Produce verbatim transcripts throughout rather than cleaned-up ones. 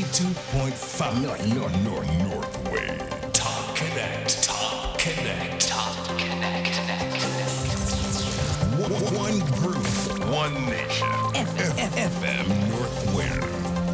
ninety-two point five North, North, North, North Wave Top Connect Top Connect Top Connect One group One nation F M North Wave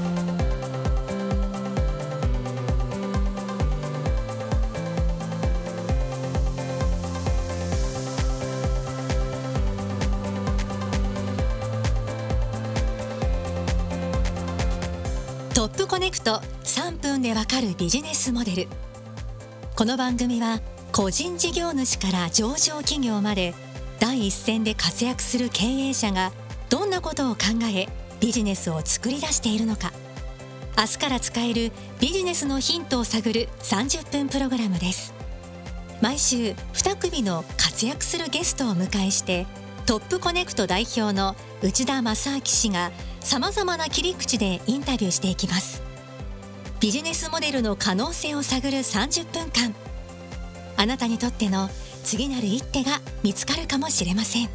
トップコネクトさんぷんでわかるビジネスモデル。この番組は個人事業主から上場企業まで第一線で活躍する経営者がどんなことを考えビジネスを作り出しているのか、明日から使えるビジネスのヒントを探るさんじゅっぷんプログラムです。毎週に組の活躍するゲストを迎えしてトップコネクト代表の内田正明氏がさまざまな切り口でインタビューしていきます。ビジネスモデルの可能性を探るさんじゅっぷんかん、あなたにとっての次なる一手が見つかるかもしれません。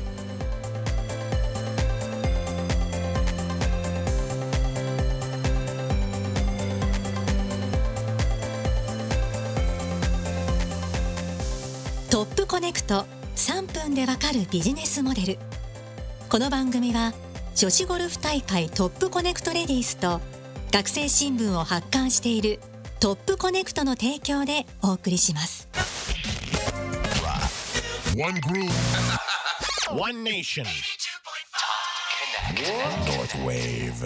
トップコネクトさんぷんでわかるビジネスモデル。この番組は女子ゴルフ大会トップコネクトレディースと学生新聞を発刊しているトップコネクトの提供でお送りします。 One group One nation Top Connect North Wave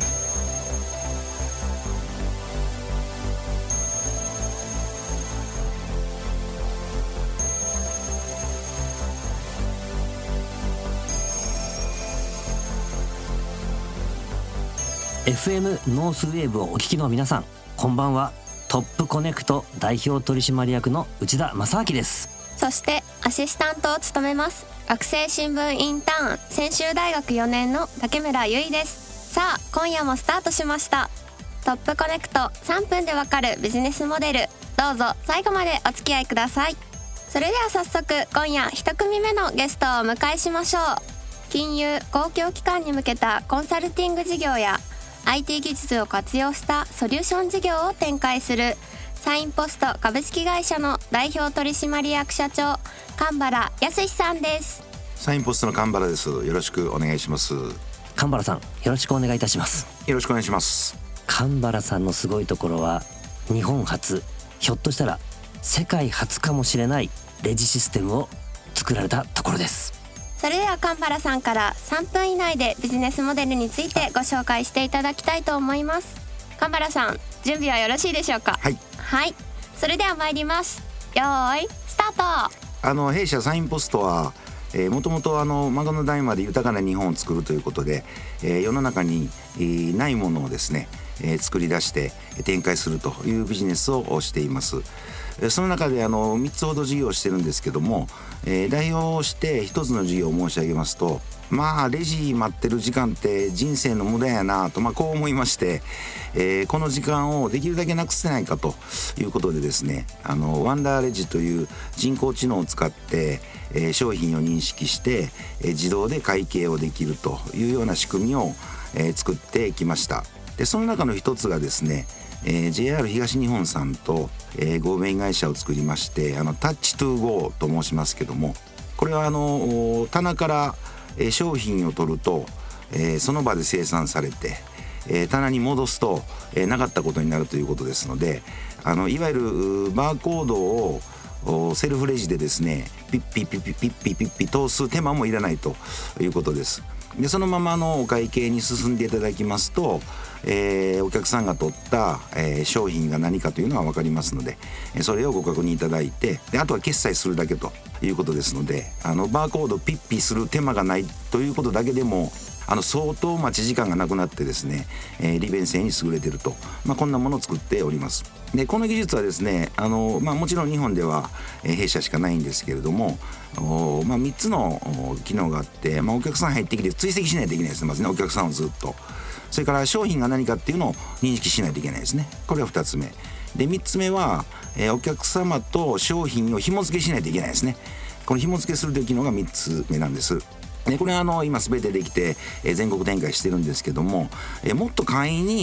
エフエム ノースウェーブをお聞きの皆さん、こんばんは。トップコネクト代表取締役の内田正明です。 そしてアシスタントを務めます学生新聞インターン専修大学よねんの竹村由衣です。さあ今夜もスタートしました。トップコネクトさんぷんでわかるビジネスモデル、どうぞ最後までお付き合いください。それでは早速今夜いち組目のゲストをお迎えしましょう。金融公共機関に向けたコンサルティング事業やアイティー 技術を活用したソリューション事業を展開するサインポスト株式会社の代表取締役社長神原康さんです。 サインポストの神原です。よろしくお願いします。 神原さん、よろしくお願いいたします。 よろしくお願いします。 神原さんのすごいところは日本初、ひょっとしたら世界初かもしれないレジシステムを作られたところです。 それでは神原さんからさんぷん以内でビジネスモデルについてご紹介していただきたいと思います。神原さん、準備はよろしいでしょうか？ はい、 はい、それでは参ります。よーいスタート。 あの弊社サインポストはえー、もともとあの孫の代まで豊かな日本を作るということで、えー、世の中に、えー、ないものをですね、えー、作り出して展開するというビジネスをしています。その中であのみっつほど事業をしてるんですけども、えー、代表をしてひとつの事業を申し上げますと、まあレジ待ってる時間って人生の無駄やなと、まあ、こう思いまして、えー、この時間をできるだけなくせないかということでですね、あのワンダーレジという人工知能を使って、えー、商品を認識して、えー、自動で会計をできるというような仕組みを、えー、作ってきました。でその中の一つがですね、えー、ジェイアール 東日本さんと、えー、合弁会社を作りまして、あのタッチトゥーゴーと申しますけども、これはあの棚からえー、商品を取ると、えー、その場で生産されて、えー、棚に戻すと、えー、なかったことになるということですので、あのいわゆるバーコードをセルフレジでですねピッピピッピピッピピッピ通す手間もいらないということです。でそのままのお会計に進んでいただきますと、えー、お客さんが取った、えー、商品が何かというのが分かりますので、それをご確認いただいて、であとは決済するだけということですので、あのバーコードをピッピする手間がないということだけでもあの相当待ち時間がなくなってですね、えー、利便性に優れていると、まあ、こんなものを作っております。でこの技術はですね、あの、まあ、もちろん日本では、えー、弊社しかないんですけれども、まあ、みっつの機能があって、まあ、お客さん入ってきて追跡しないといけないですね。まずね、お客さんをずっと、それから商品が何かっていうのを認識しないといけないですね。これがふたつめで、みっつめは、えー、お客様と商品を紐付けしないといけないですね。この紐付けするという機能がみっつめなんです。でこれはあの今全てできて、えー、全国展開してるんですけども、えー、もっと簡易に、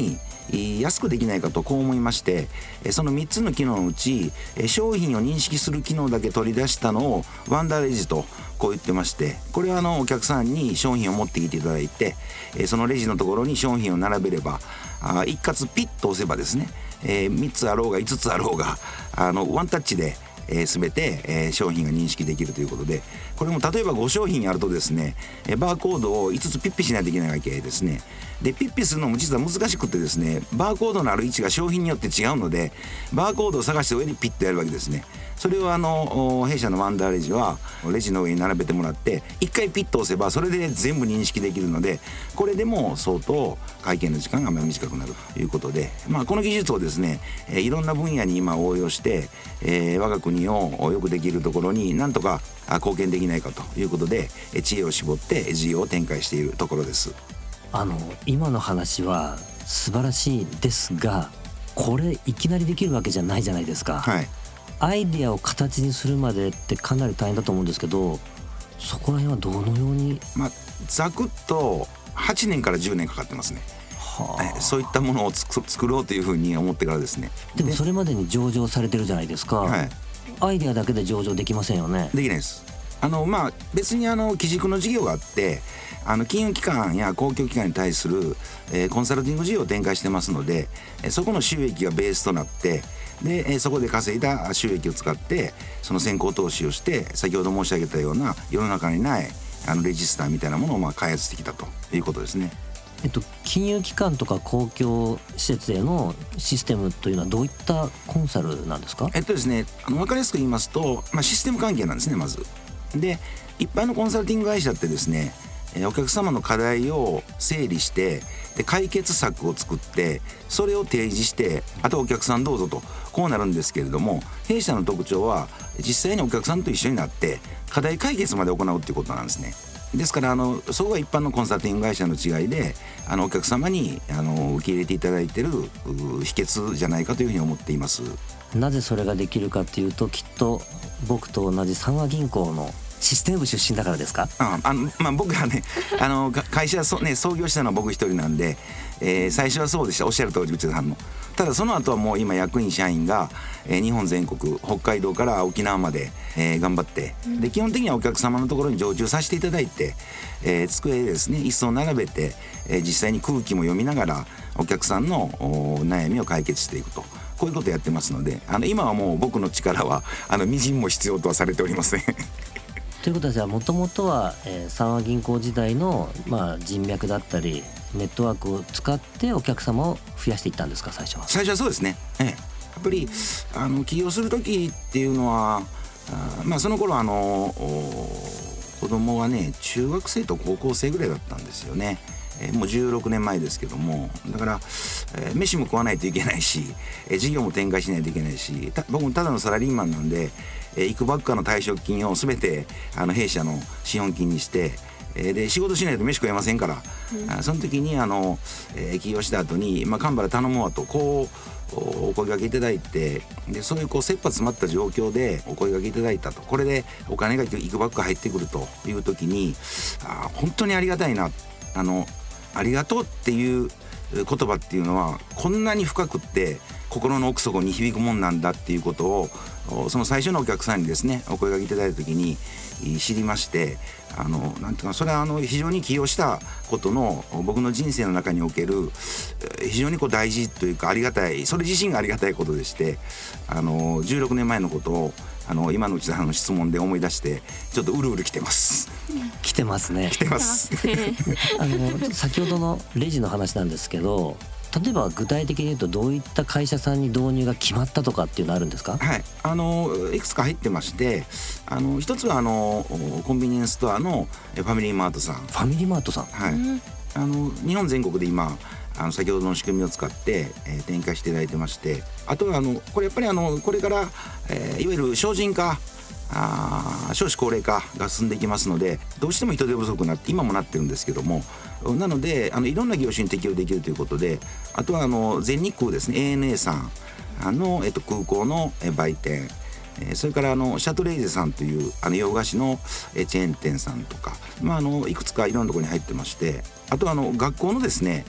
安くできないかとこう思いまして、そのみっつの機能のうち商品を認識する機能だけ取り出したのをワンダーレジとこう言ってまして、これはあのお客さんに商品を持ってきていただいて、そのレジのところに商品を並べれば一括ピッと押せばですね、みっつあろうがいつつあろうがあのワンタッチでえー、全て、えー、商品が認識できるということで、これも例えばご商品あるとですね、えー、バーコードをいつつピッピしないといけないわけですね。でピッピするのも実は難しくてですね、バーコードのある位置が商品によって違うので、バーコードを探して上にピッとやるわけですね。それをあの弊社のワンダーレジはレジの上に並べてもらっていっかいピッと押せばそれで全部認識できるので、これでも相当会計の時間が短くなるということで、まあ、この技術をですね、えー、いろんな分野に今応用して、えー、我が国をよくできるところになんとか貢献できないかということで知恵を絞って事業を展開しているところです。 あの今の話は素晴らしいですが、これいきなりできるわけじゃないじゃないですか。 はい、 アイデアを形にするまでってかなり大変だと思うんですけど、そこら辺はどのように？ まあ、ざくっとはちねんからじゅうねんかかってますね。はあ、そういったものを作ろうというふうに思ってからですね。 でもそれまでに上場されてるじゃないですか。はい、アイデアだけで上場できませんよね。 できないです。あのまあ、別にあの基軸の事業があって、あの金融機関や公共機関に対する、えー、コンサルティング事業を展開してますので、えー、そこの収益がベースとなって、で、えー、そこで稼いだ収益を使ってその先行投資をして、先ほど申し上げたような世の中にないあのレジスターみたいなものをまあ開発してきたということですね。 えっと、金融機関とか公共施設へのシステムというのはどういったコンサルなんですか？ えっとですね、あの分かりやすく言いますと、まあ、システム関係なんですね。まずで一般のコンサルティング会社ってですね、お客様の課題を整理してで解決策を作ってそれを提示して、あとお客さんどうぞとこうなるんですけれども、弊社の特徴は実際にお客さんと一緒になって課題解決まで行うっていうことなんですね。ですからあのそこが一般のコンサルティング会社の違いで、あのお客様にあの受け入れていただいている秘訣じゃないかというふうに思っています。 なぜそれができるかというと、きっと僕と同じ三和銀行のシステム部出身だからですか？ ああの、まあ、僕はねあの会社そ、ね、創業したのは僕一人なんで、えー、最初はそうでした。おっしゃる通り内田さんの。ただその後はもう今役員社員が、えー、日本全国北海道から沖縄まで、えー、頑張って、で基本的にはお客様のところに常駐させていただいて、えー、机ですね椅子を並べて、えー、実際に空気も読みながらお客さんの悩みを解決していくと、こういうことをやってますので、あの今はもう僕の力はあの微塵も必要とはされておりません。 ということはじゃあもともとは、えー、三和銀行時代の、まあ、人脈だったりネットワークを使ってお客様を増やしていったんですか？最初は。 最初はそうですね、ええ、やっぱりあの起業する時っていうのはあ、まあ、その頃あの子供はね中学生と高校生ぐらいだったんですよね。えー、もうじゅうろくねんまえですけども、だから、えー、飯も食わないといけないし、えー、事業も展開しないといけないし、僕もただのサラリーマンなんで、えー、いくばっかの退職金を全てあの弊社の資本金にして、えー、で仕事しないと飯食えませんから、うん、あその時にあの、えー、起業した後に、まあ、神原頼むわとこうお声掛けいただいて、でそういうこう切羽詰まった状況でお声掛けいただいたと、これでお金がいくばっか入ってくるという時に、あ本当にありがたいな、あのありがとうっていう言葉っていうのはこんなに深くって心の奥底に響くもんなんだっていうことをその最初のお客さんにですねお声掛けいただいた時に知りまして、あのなんていうかそれはあの非常に起業したことの僕の人生の中における非常にこう大事というかありがたい、それ自身がありがたいことでして、あのじゅうろくねんまえのことをあの今の内田さんの質問で思い出してちょっとうるうる来てます。 来てますね。 来てます。 あの先ほどのレジの話なんですけど、例えば具体的に言うとどういった会社さんに導入が決まったとかっていうのあるんですか？ はい、あのいくつか入ってまして、あの一つはあのコンビニエンスストアのファミリーマートさん。ファミリーマートさん。 はい。あの日本全国で今あの先ほどの仕組みを使って、えー、展開していただいてまして、あとはあのこれやっぱりあのこれから、えー、いわゆる省人化、あ少子高齢化が進んでいきますので、どうしても人手不足になって今もなってるんですけども、なのであのいろんな業種に適用できるということで、あとはあの全日空ですね エーエヌエー さんあの、えっと、空港の売店、えー、それからあのシャトレーゼさんというあの洋菓子のチェーン店さんとか、まあ、あのいくつかいろんなところに入ってまして、あとはあの学校のですね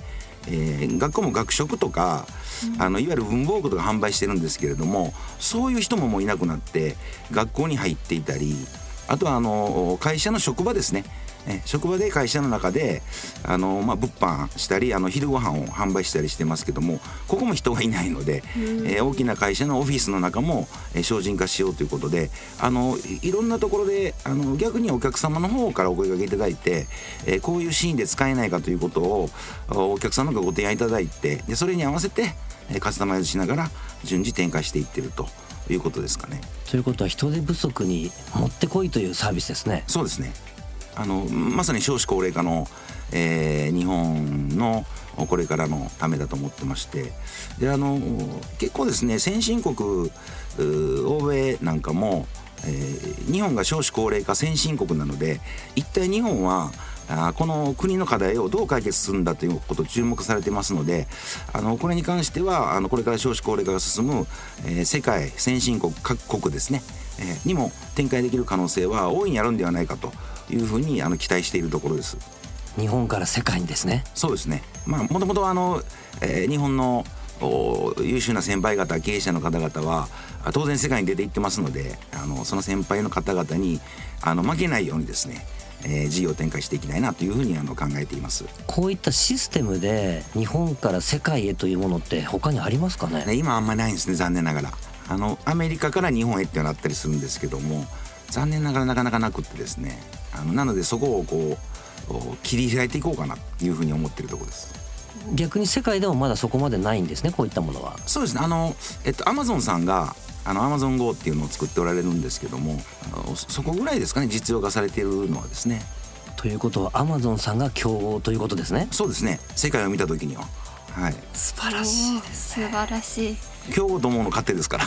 えー、学校も学食とか、うん、あのいわゆる文房具とか販売してるんですけれども、そういう人ももういなくなって学校に入っていたり、あとはあの会社の職場ですね、え職場で会社の中であの、まあ、物販したりあの昼ご飯を販売したりしてますけども、ここも人がいないので、えー、大きな会社のオフィスの中も、えー、精進化しようということで、あのいろんなところであの逆にお客様の方からお声掛けいただいて、えー、こういうシーンで使えないかということをお客さんの方がご提案いただいて、でそれに合わせて、えー、カスタマイズしながら順次展開していってるということですかね。 ということは人手不足にもってこいというサービスですね。 そうですね。あのまさに少子高齢化の、えー、日本のこれからのためだと思ってまして、であの結構ですね、先進国欧米なんかも、えー、日本が少子高齢化先進国なので、一体日本はあこの国の課題をどう解決するんだということを注目されてますので、あのこれに関してはあのこれから少子高齢化が進む、えー、世界先進国各国ですね、えー、にも展開できる可能性は大いにあるんではないかというふうにあの期待しているところです。 日本から世界にですね。 そうですね。まあもともとあの、えー、日本の優秀な先輩方経営者の方々は当然世界に出ていってますので、あのその先輩の方々にあの負けないようにですね、えー、事業を展開していきたいなというふうにあの考えています。 こういったシステムで日本から世界へというものって他にありますかね。 ね、今あんまりないんですね、残念ながら。あのアメリカから日本へってなったりするんですけども、残念ながらなかなかなくってですね、あのなのでそこをこう切り開いていこうかなというふうに思っているところです。 逆に世界でもまだそこまでないんですね、こういったものは。 そうですね。あのえっとアマゾンさんがあのアマゾン ゴー っていうのを作っておられるんですけども、そこぐらいですかね、実用化されているのはですね。 ということはアマゾンさんが競合ということですね。 そうですね。世界を見た時には、はい、 素晴らしいですね。 素晴らしい。 競合と思うの勝手ですから。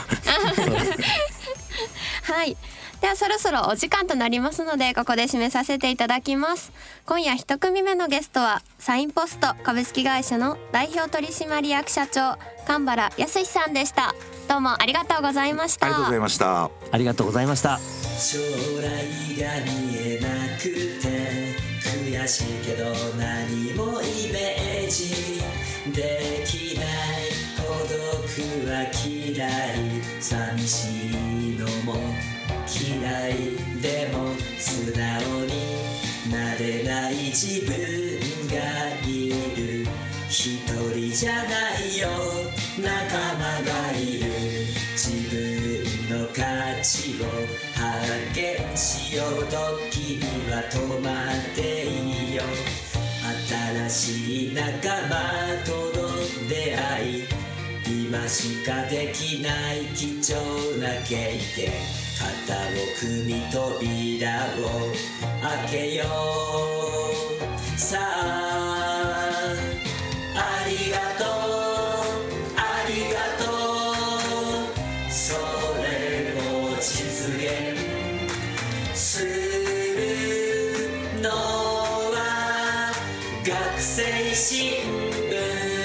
はい。ではそろそろお時間となりますので、ここで締めさせていただきます。今夜一組目のゲストはサインポスト株式会社の代表取締役社長神原康さんでした。どうもありがとうございました。 ありがとうございました。 ありがとうございました。 将来が見えなくて悔しいけど何もイメージできない、孤独は嫌い、寂しいのも嫌い、でも素直になれない自分がいる、一人じゃないよ仲間がいる、自分の価値を発見しようと君は止まっていいよ、新しい仲間との出会い、今しかできない貴重な経験、肩を組み扉を開けよう、さあありがとうありがとう、それを実現するのは学生新聞。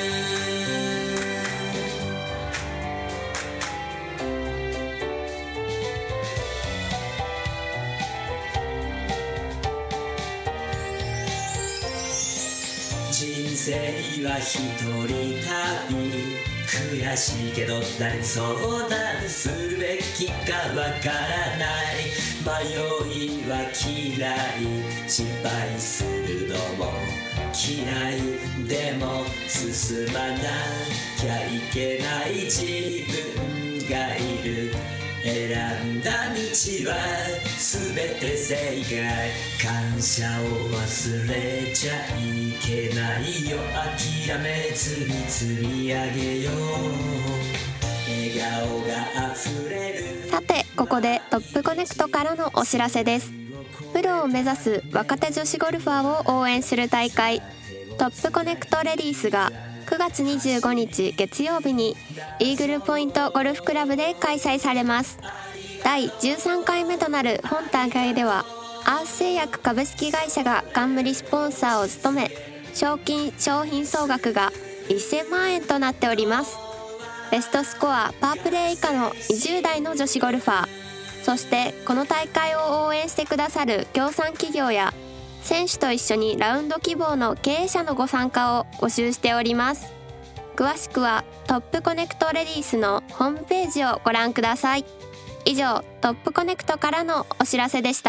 人生は一人旅、悔しいけど何に相談するべきかわからない、迷いは嫌い、失敗するのも嫌い、でも進まなきゃいけない自分がいる、選んだ道は全て正解、感謝を忘れちゃいけないよ、諦めずに積み上げよう、笑顔があふれる。 さてここでトップコネクトからのお知らせです。プロを目指す若手女子ゴルファーを応援する大会トップコネクトレディースがくがつにじゅうごにち月曜日にイーグルポイントゴルフクラブで開催されます。だいじゅうさんかいめとなる本大会ではアース製薬株式会社が冠スポンサーを務め、賞金商品総額がせんまんえんとなっております。ベストスコアパープレー以下のにじゅう代の女子ゴルファー、そしてこの大会を応援してくださる協賛企業や選手と一緒にラウンド希望の経営者のご参加を募集しております。詳しくはトップコネクトレディースのホームページをご覧ください。以上、トップコネクトからのお知らせでした。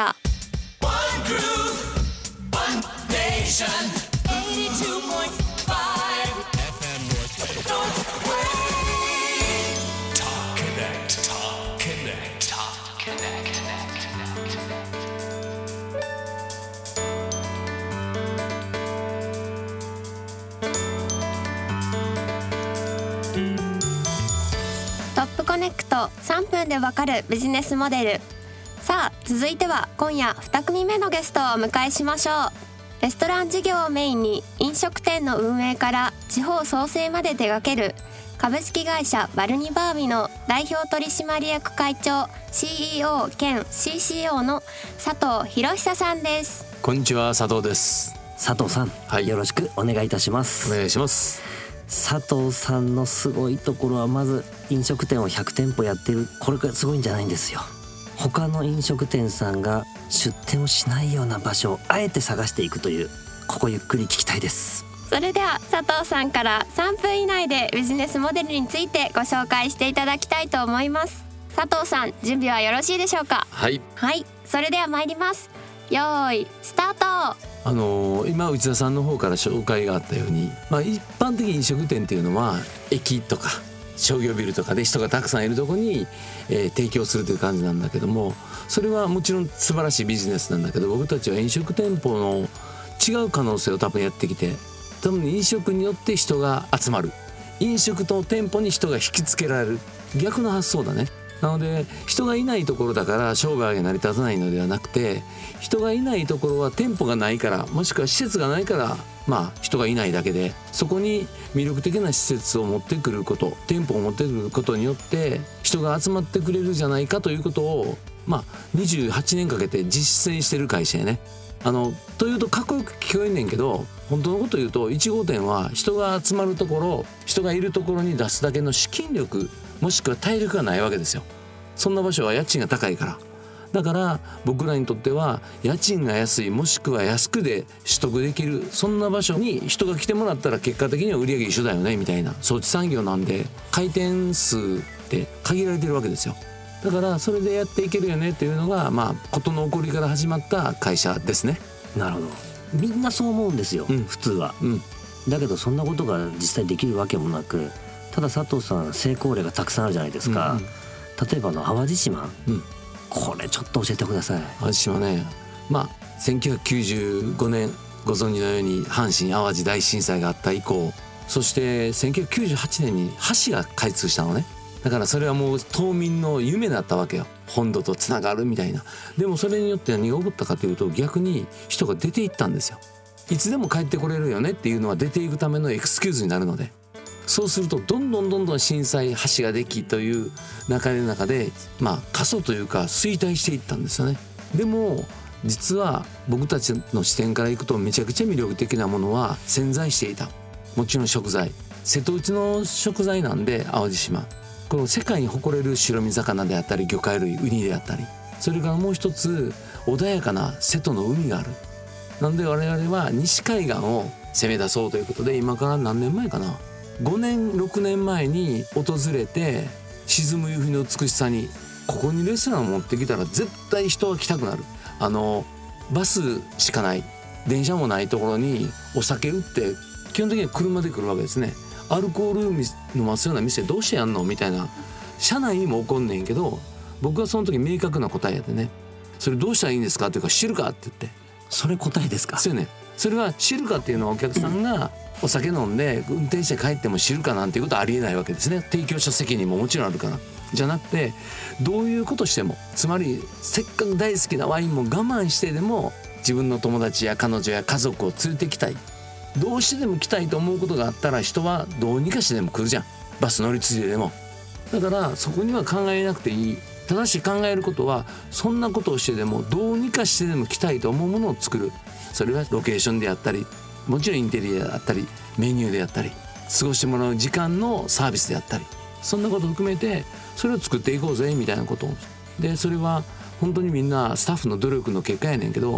トップコネクトさんぷんでわかるビジネスモデル。さあ続いては今夜に組目のゲストをお迎えしましょう。レストラン事業をメインに飲食店の運営から地方創生まで手掛ける株式会社バルニバービの代表取締役会長 シーイーオー 兼 シーシーオー の佐藤博久さんです。 こんにちは、佐藤です。 佐藤さん、はい、よろしくお願いいたします。 お願いします。 佐藤さんのすごいところはまず飲食店をひゃくてんぽやってる、これがすごいんじゃないんですよ。他の飲食店さんが出店をしないような場所をあえて探していくという、ここゆっくり聞きたいです。 それでは佐藤さんからさんぷん以内でビジネスモデルについてご紹介していただきたいと思います。佐藤さん、準備はよろしいでしょうか？ はいはい、それでは参ります。よーいスタート。 あのー、今内田さんの方から紹介があったように、まあ、一般的飲食店っていうのは駅とか商業ビルとかで人がたくさんいるところに、えー、提供するという感じなんだけども、それはもちろん素晴らしいビジネスなんだけど、僕たちは飲食店舗の違う可能性を多分やってきて、多分飲食によって人が集まる、飲食と店舗に人が引きつけられる、逆の発想だね。なので人がいないところだから商売が成り立たないのではなくて、人がいないところは店舗がないから、もしくは施設がないからまあ人がいないだけで、そこに魅力的な施設を持ってくること、店舗を持ってくることによって人が集まってくれるじゃないかということを、まあにじゅうはちねんかけて実践してる会社やね。あのというとかっこよく聞こえんねんけど、本当のこと言うといち号店は人が集まるところ、人がいるところに出すだけの資金力もしくは体力がないわけですよ。そんな場所は家賃が高いから。だから僕らにとっては家賃が安い、もしくは安くで取得できる、そんな場所に人が来てもらったら結果的には売り上げ一緒だよねみたいな装置産業なんで、回転数って限られてるわけですよ。だからそれでやっていけるよねっていうのが、まあ事の起こりから始まった会社ですね。 なるほど。みんなそう思うんですよ、うん、普通は、うん、だけどそんなことが実際できるわけもなく、ただ佐藤さん成功例がたくさんあるじゃないですか、うんうん、例えばの淡路島、うん、これちょっと教えてください。 淡路島ね、まあせんきゅうひゃくきゅうじゅうごねんご存知のように阪神・淡路大震災があった以降、そしてせんきゅうひゃくきゅうじゅうはちねんに橋が開通したのね。だからそれはもう島民の夢だったわけよ、本土とつながるみたいな。でもそれによって何が起こったかというと、逆に人が出ていったんですよ。いつでも帰ってこれるよねっていうのは出ていくためのエクスキューズになるので、そうするとどんどんどんどん震災橋ができという中で中で、まあ過疎というか衰退していったんですよね。でも実は僕たちの視点からいくとめちゃくちゃ魅力的なものは潜在していた。もちろん食材、瀬戸内の食材なんで淡路島、この世界に誇れる白身魚であったり魚介類、ウニであったり、それからもう一つ穏やかな瀬戸の海がある。なので我々は西海岸を攻め出そうということで、今から何年前かな、ごねんろくねんまえに訪れて、沈む夕日の美しさに、ここにレストランを持ってきたら絶対人が来たくなる。あのバスしかない、電車もないところにお酒売って基本的には車で来るわけですね。アルコール飲ますような店どうしてやんのみたいな、社内にも怒んねんけど、僕はその時明確な答えやでね、それどうしたらいいんですかっていうか、知るかって言って。 それ答えですか？ そうよね。それは知るかっていうのはお客さんがお酒飲んで運転して帰っても知るかなんていうことはありえないわけですね。提供者責任ももちろんあるから。じゃなくて、どういうことしても、つまりせっかく大好きなワインも我慢してでも自分の友達や彼女や家族を連れてきたい、どうしてでも来たいと思うことがあったら、人はどうにかしてでも来るじゃん、バス乗り継いででも。だからそこには考えなくていい。ただし考えることは、そんなことをしてでもどうにかしてでも来たいと思うものを作る。それはロケーションであったり、もちろんインテリアであったり、メニューであったり、過ごしてもらう時間のサービスであったり、そんなことを含めてそれを作っていこうぜみたいなことで、それは本当にみんなスタッフの努力の結果やねんけど、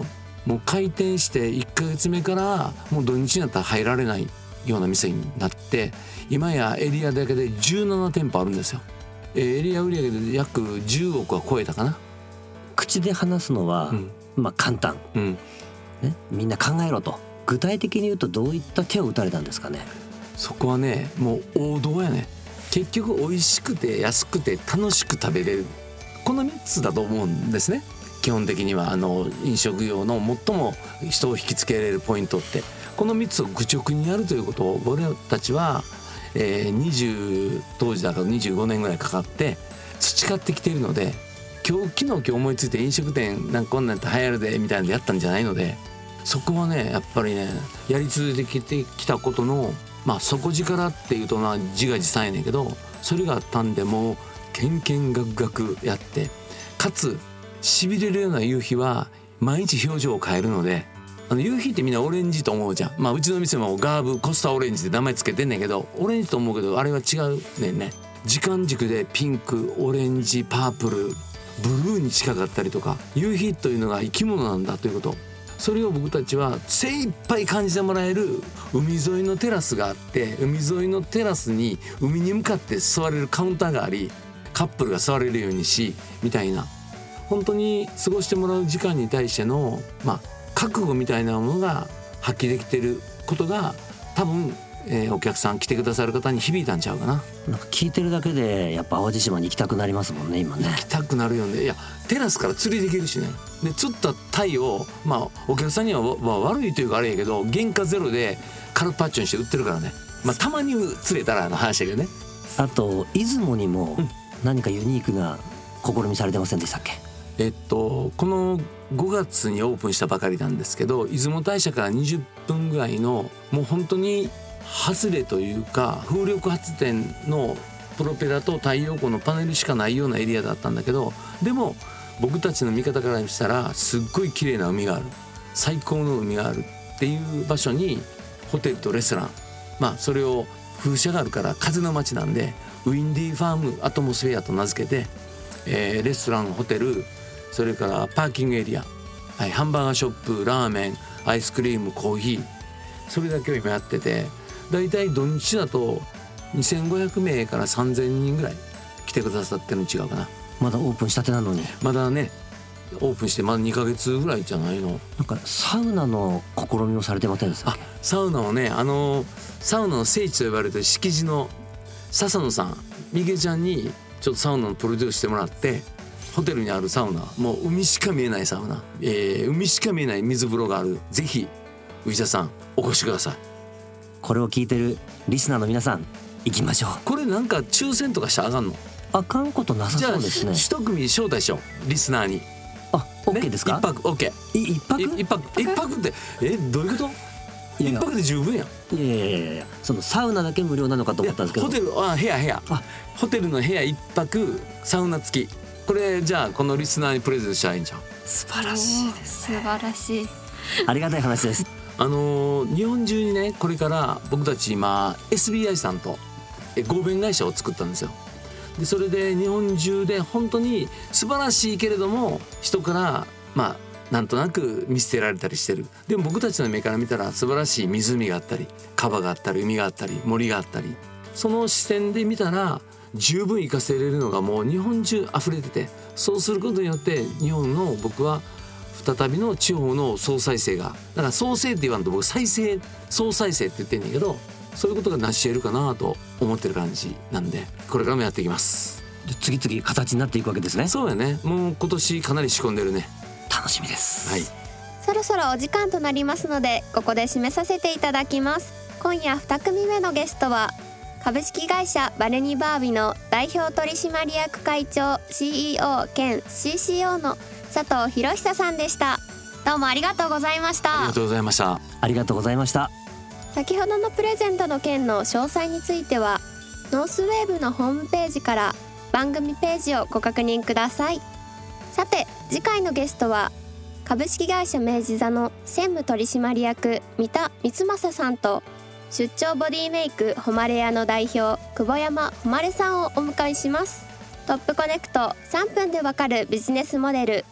もう開店していっかげつめからもう土日になったら入られないような店になって、今やエリアだけでじゅうななてんぽあるんですよ。エリア売上で約じゅうおくは超えたかな。 口で話すのは、うん、まあ簡単、 うんね、みんな考えろと。具体的に言うとどういった手を打たれたんですかね。 そこはねもう王道やね。結局美味しくて安くて楽しく食べれる、このみっつだと思うんですね。基本的にはあの飲食業の最も人を引きつけられるポイントってこのみっつを愚直にやるということを俺たちは、えー、にじゅう当時だからにじゅうごねんぐらいかかって培ってきているので、今日昨日今日思いついて飲食店なんかこんなんやって流行るでみたいなのでやったんじゃないので、そこはねやっぱりねやり続けてきたことのまあ底力っていうとな自画自賛やねんけど、それがあったんでもうけんけんがくがくやって、かつしびれるような夕日は毎日表情を変えるので、あの夕日ってみんなオレンジと思うじゃん。まあうちの店もガーブコスタオレンジって名前つけてんねんけど、オレンジと思うけどあれは違うねんね。時間軸でピンク、オレンジ、パープル、ブルーに近かったりとか、夕日というのが生き物なんだということ、それを僕たちは精一杯感じてもらえる海沿いのテラスがあって、海沿いのテラスに海に向かって座れるカウンターがあり、カップルが座れるようにしみたいな、本当に過ごしてもらう時間に対してのまあ覚悟みたいなものが発揮できてることが多分、えー、お客さん来てくださる方に響いたんちゃうかな。 なんか聞いてるだけでやっぱ淡路島に行きたくなりますもんね今ね。 行きたくなるよね。いやテラスから釣りできるしね。で釣った鯛をまあお客さんには、まあ、悪いというかあれやけど原価ゼロでカルパッチョにして売ってるからね。まあたまに釣れたらの話だけどね。 あと出雲にも何かユニークな試みされてませんでしたっけ？ えっとこのごがつにオープンしたばかりなんですけど、出雲大社からにじゅっぷんぐらいのもう本当に外れというか風力発電のプロペラと太陽光のパネルしかないようなエリアだったんだけど、でも僕たちの見方からしたらすっごい綺麗な海がある、最高の海があるっていう場所にホテルとレストラン、まあそれを風車があるから風の街なんでウィンディーファームアトモスフェアと名付けて、えー、レストラン、ホテル、それからパーキングエリア、はい、ハンバーガーショップ、ラーメン、アイスクリーム、コーヒー、それだけを今やってて、だいたい土日だとにせんごひゃくめいからさんぜんにんぐらい来てくださってるの違うかな。 まだオープンしたてなのに。 まだねオープンしてまだにかげつぐらいじゃないの。 なんかサウナの試みをされてませんでしたっけ？ あ、サウナをね、あのサウナの聖地と呼ばれてる敷地の笹野さん、みげちゃんにちょっとサウナのプロデュースしてもらって、ホテルにあるサウナ、もう海しか見えないサウナ、えー、海しか見えない水風呂がある、ぜひ内田さんお越しください。 これを聞いてるリスナーの皆さん行きましょう。 これなんか抽選とかしてあかんの？ あかんことなさそうですね。 じゃあ一組招待しよう、リスナーに。 あ、OK ですか？ 一泊 OK。 一泊？ 一泊一泊ってえどういうこと？ いやいや一泊で十分やん。 いやいやいやいや、そのサウナだけ無料なのかと思ったんですけど。 ホテル、あ、部屋部屋あホテルの部屋一泊サウナ付き、これじゃあこのリスナーにプレゼントしたらいいんじゃん。 素晴らしいですね。 素晴らしい。 ありがたい話です。 あのー、日本中にねこれから僕たち今 エスビーアイ さんと合弁会社を作ったんですよ。でそれで日本中で本当に素晴らしいけれども人からまあなんとなく見捨てられたりしてる。でも僕たちの目から見たら素晴らしい湖があったり川があったり海があったり森があったり、その視点で見たら十分活かせれるのがもう日本中溢れてて、そうすることによって日本の僕は再びの地方の総再生が、だから創生って言わんと僕再生総再生って言ってんだけど、そういうことが成し得るかなと思ってる感じなんで、これからもやっていきます。 で次々形になっていくわけですね。 そうやね。もう今年かなり仕込んでるね。 楽しみです。 はい。 そろそろお時間となりますので、ここで締めさせていただきます。今夜にくみめのゲストは株式会社バレニバービの代表取締役会長 シーイーオー 兼 シーシーオー の佐藤博久さんでした。どうもありがとうございました。 ありがとうございました。 ありがとうございました。 先ほどのプレゼントの件の詳細についてはノースウェーブのホームページから番組ページをご確認ください。さて次回のゲストは株式会社明治座の専務取締役三田光正さんと出張ボディメイク誉れ屋の代表久保山誉さんをお迎えします。トップコネクトさんぷんでわかるビジネスモデル。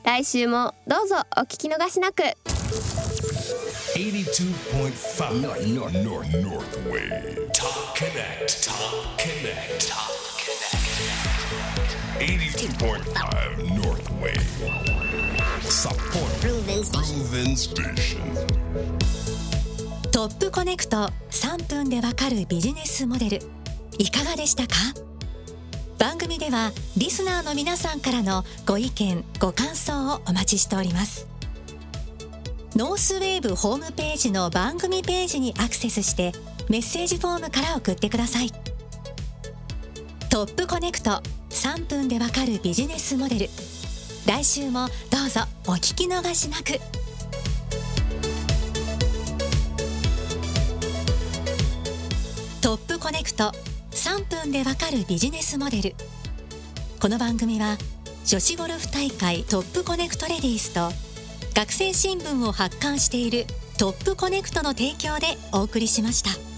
来週もどうぞお聞き逃しなく。 eighty-two point five North North North Northway Top Connect Top Connect Top Connect eighty-two point five Northway Sapporo Proven Station トップコネクトさんぷんでわかるビジネスモデル、いかがでしたか？番組ではリスナーの皆さんからのご意見ご感想をお待ちしております。ノースウェーブホームページの番組ページにアクセスしてメッセージフォームから送ってください。トップコネクトさんぷんでわかるビジネスモデル、来週もどうぞお聞き逃しなく。トップコネクトさんぷんでわかるビジネスモデル。この番組は女子ゴルフ大会トップコネクトレディースと学生新聞を発刊しているトップコネクトの提供でお送りしました。